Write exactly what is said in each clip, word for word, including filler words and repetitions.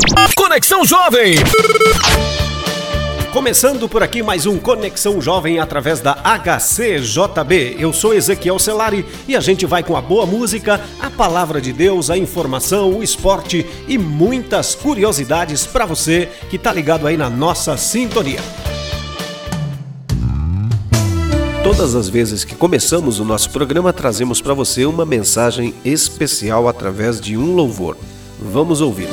Conexão Jovem. Começando por aqui mais um Conexão Jovem através da H C J B. Eu sou Ezequiel Celari e a gente vai com a boa música, a palavra de Deus, a informação, o esporte e muitas curiosidades para você que tá ligado aí na nossa sintonia. Todas as vezes que começamos o nosso programa, trazemos para você uma mensagem especial através de um louvor. Vamos ouvir.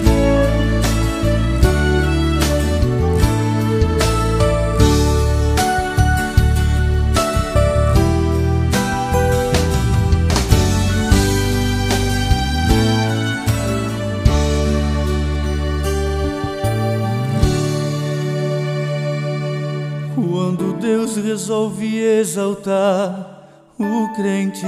Quando Deus resolve exaltar o crente,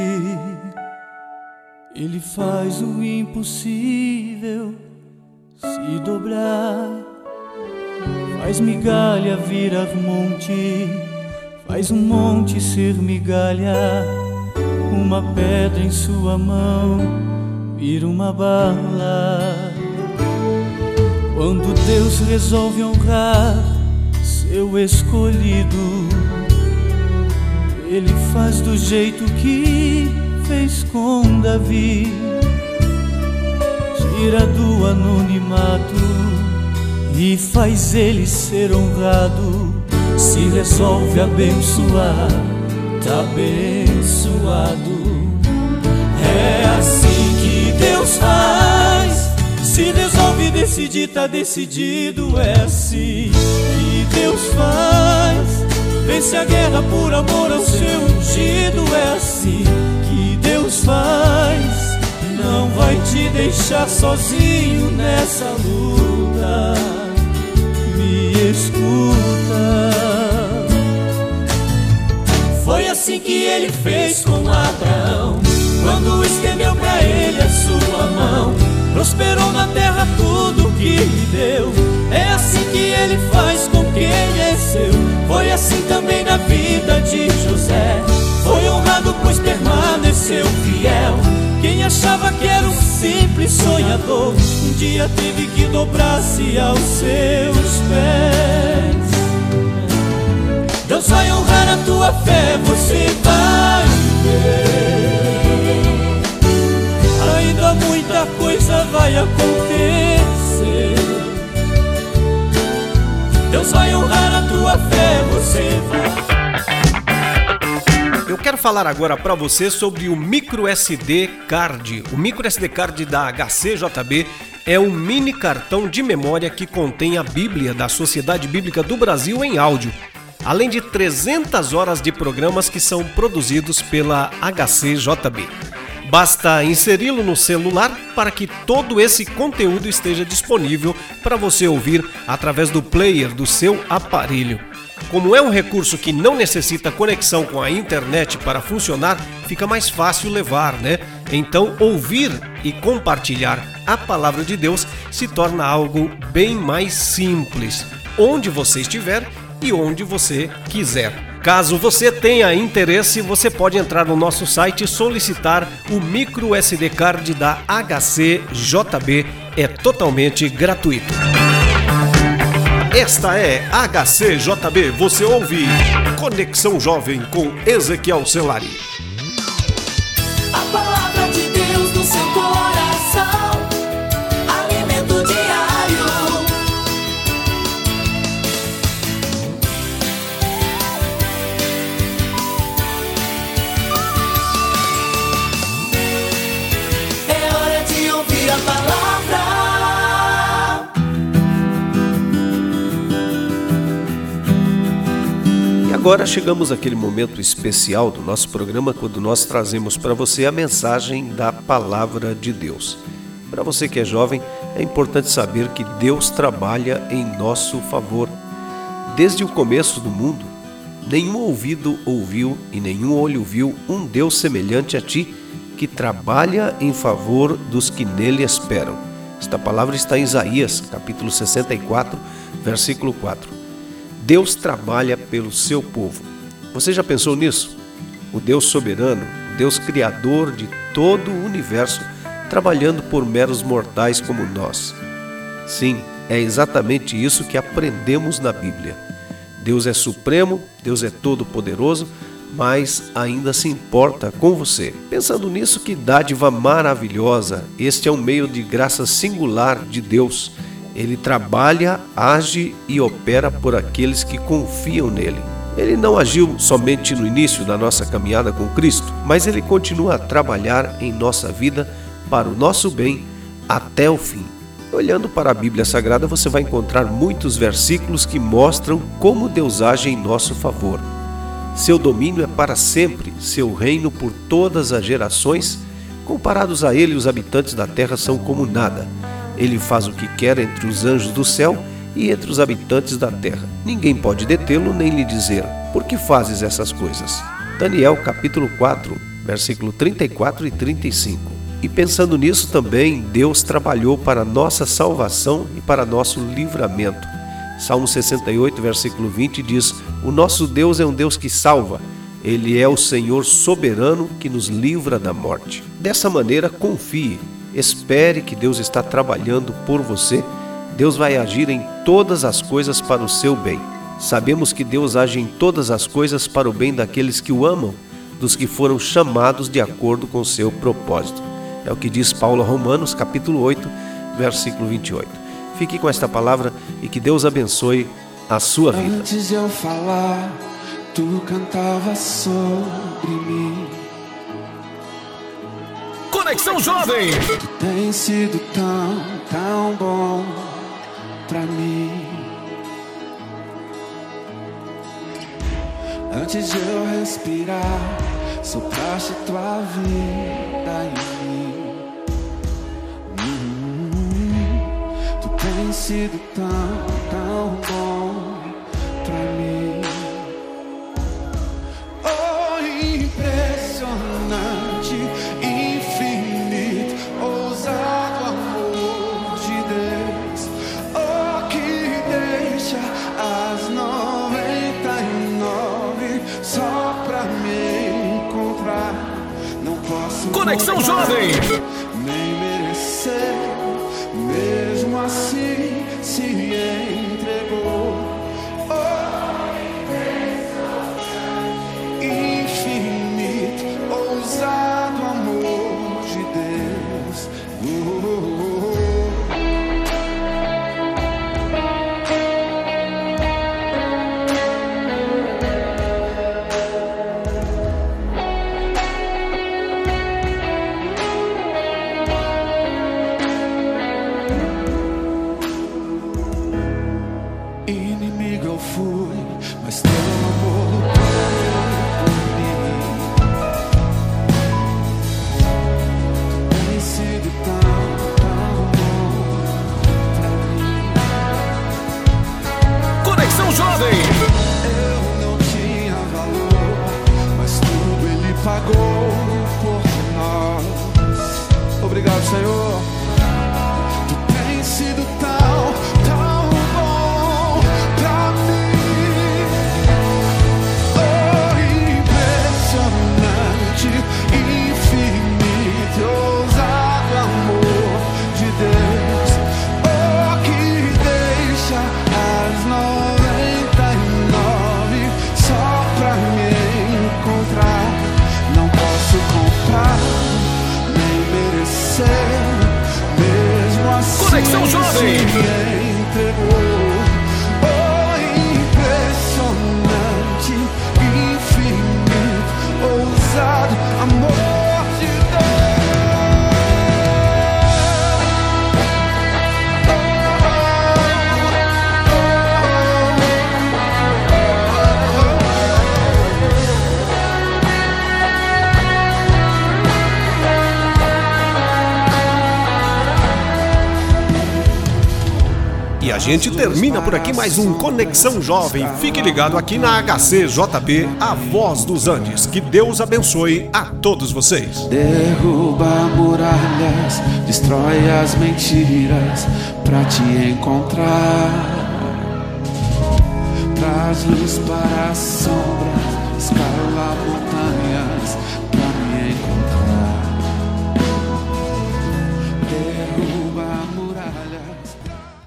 Ele faz o impossível se dobrar, faz migalha virar monte, faz um monte ser migalha, uma pedra em sua mão vira uma bala. Quando Deus resolve honrar seu escolhido, Ele faz do jeito que fez com Davi, tira do anonimato e faz ele ser honrado. Se resolve abençoar, tá abençoado. É assim que Deus faz. Se resolve decidir, tá decidido. É assim que Deus faz. Vence a guerra por amor ao seu ungido. É assim que Deus faz. Não vai te deixar sozinho nessa luta. Me escuta. Foi assim que Ele fez com Abraão, quando estendeu pra ele a sua mão. Prosperou na terra tudo que lhe deu. É assim que Ele faz com quem é seu. Foi assim também na vida de José. Foi honrado pois permaneceu fiel. Quem achava que era um simples sonhador, um dia teve que dobrar-se aos seus pés. Deus vai honrar a tua fé, você vai ver. Ainda muita coisa vai acontecer. Deus vai honrar a tua fé, você vai. Eu quero falar agora para você sobre o Micro S D Card. O Micro S D Card da H C J B é um mini cartão de memória que contém a Bíblia da Sociedade Bíblica do Brasil em áudio, além de trezentas horas de programas que são produzidos pela H C J B. Basta inseri-lo no celular para que todo esse conteúdo esteja disponível para você ouvir através do player do seu aparelho. Como é um recurso que não necessita conexão com a internet para funcionar, fica mais fácil levar, né? Então, ouvir e compartilhar a palavra de Deus se torna algo bem mais simples, onde você estiver e onde você quiser. Caso você tenha interesse, você pode entrar no nosso site e solicitar o Micro S D Card da H C J B. É totalmente gratuito. Esta é H C J B, você ouve Conexão Jovem com Ezequiel Celari. A palavra de Deus no seu coração, alimento diário. É hora de ouvir a palavra. Agora chegamos àquele momento especial do nosso programa quando nós trazemos para você a mensagem da Palavra de Deus. Para você que é jovem, é importante saber que Deus trabalha em nosso favor. Desde o começo do mundo, nenhum ouvido ouviu e nenhum olho viu um Deus semelhante a ti, que trabalha em favor dos que nele esperam. Esta palavra está em Isaías, capítulo sessenta e quatro, versículo quatro. Deus trabalha pelo seu povo. Você já pensou nisso? O Deus soberano, o Deus criador de todo o universo, trabalhando por meros mortais como nós. Sim, é exatamente isso que aprendemos na Bíblia. Deus é supremo, Deus é todo-poderoso, mas ainda se importa com você. Pensando nisso, que dádiva maravilhosa! Este é um meio de graça singular de Deus. Ele trabalha, age e opera por aqueles que confiam nele. Ele não agiu somente no início da nossa caminhada com Cristo, mas ele continua a trabalhar em nossa vida para o nosso bem até o fim. Olhando para a Bíblia Sagrada, você vai encontrar muitos versículos que mostram como Deus age em nosso favor. Seu domínio é para sempre, seu reino por todas as gerações. Comparados a ele, os habitantes da terra são como nada. Ele faz o que quer entre os anjos do céu e entre os habitantes da terra. Ninguém pode detê-lo nem lhe dizer: por que fazes essas coisas? Daniel capítulo quatro, versículo trinta e quatro e trinta e cinco. E pensando nisso também, Deus trabalhou para nossa salvação e para nosso livramento. Salmo sessenta e oito, versículo vinte diz: o nosso Deus é um Deus que salva. Ele é o Senhor soberano que nos livra da morte. Dessa maneira, confie, espere que Deus está trabalhando por você. Deus vai agir em todas as coisas para o seu bem. Sabemos que Deus age em todas as coisas para o bem daqueles que o amam, dos que foram chamados de acordo com o seu propósito. É o que diz Paulo a Romanos, capítulo oito, versículo vinte e oito. Fique com esta palavra e que Deus abençoe a sua vida. Antes de eu falar, tu cantava sobre mim. Conexão Jovem! Tu tens sido tão, tão bom pra mim. Antes de eu respirar, sopraste tua vida em mim. Hum, tu tens sido tão, tão bom pra mim. Oh, impressionante, infinito, ousado amor de Deus. Oh, que deixa as noventa e nove só pra me encontrar. Não posso Conexão Jovem! nem merecer, mesmo assim se entregou. Oh, infinito, ousado amor de Deus. Oh, oh, oh. Inimigo eu fui, mas teu amor lutou por mim. Tu tens sido tão, tão bom pra mim. Conexão Jovem! Eu não tinha valor, mas tudo Ele pagou por nós. Obrigado, Senhor. Tu tens sido tão, tão bom pra mim. Oh, impressionante, infinito, ousado amor de Deus. Oh, que deixa as noventa e nove só pra me encontrar. Não posso comprar, nem merecer, mesmo assim Conexão Jovem! se entregou. Oh, impressionante, infinito, ousado amor de Deus. E a gente termina por aqui mais um Conexão Jovem. Fique ligado aqui na H C J B, a voz dos Andes. Que Deus abençoe a todos vocês. Derruba muralhas, destrói as mentiras pra te encontrar. Traz luz para as sombras, escala montanhas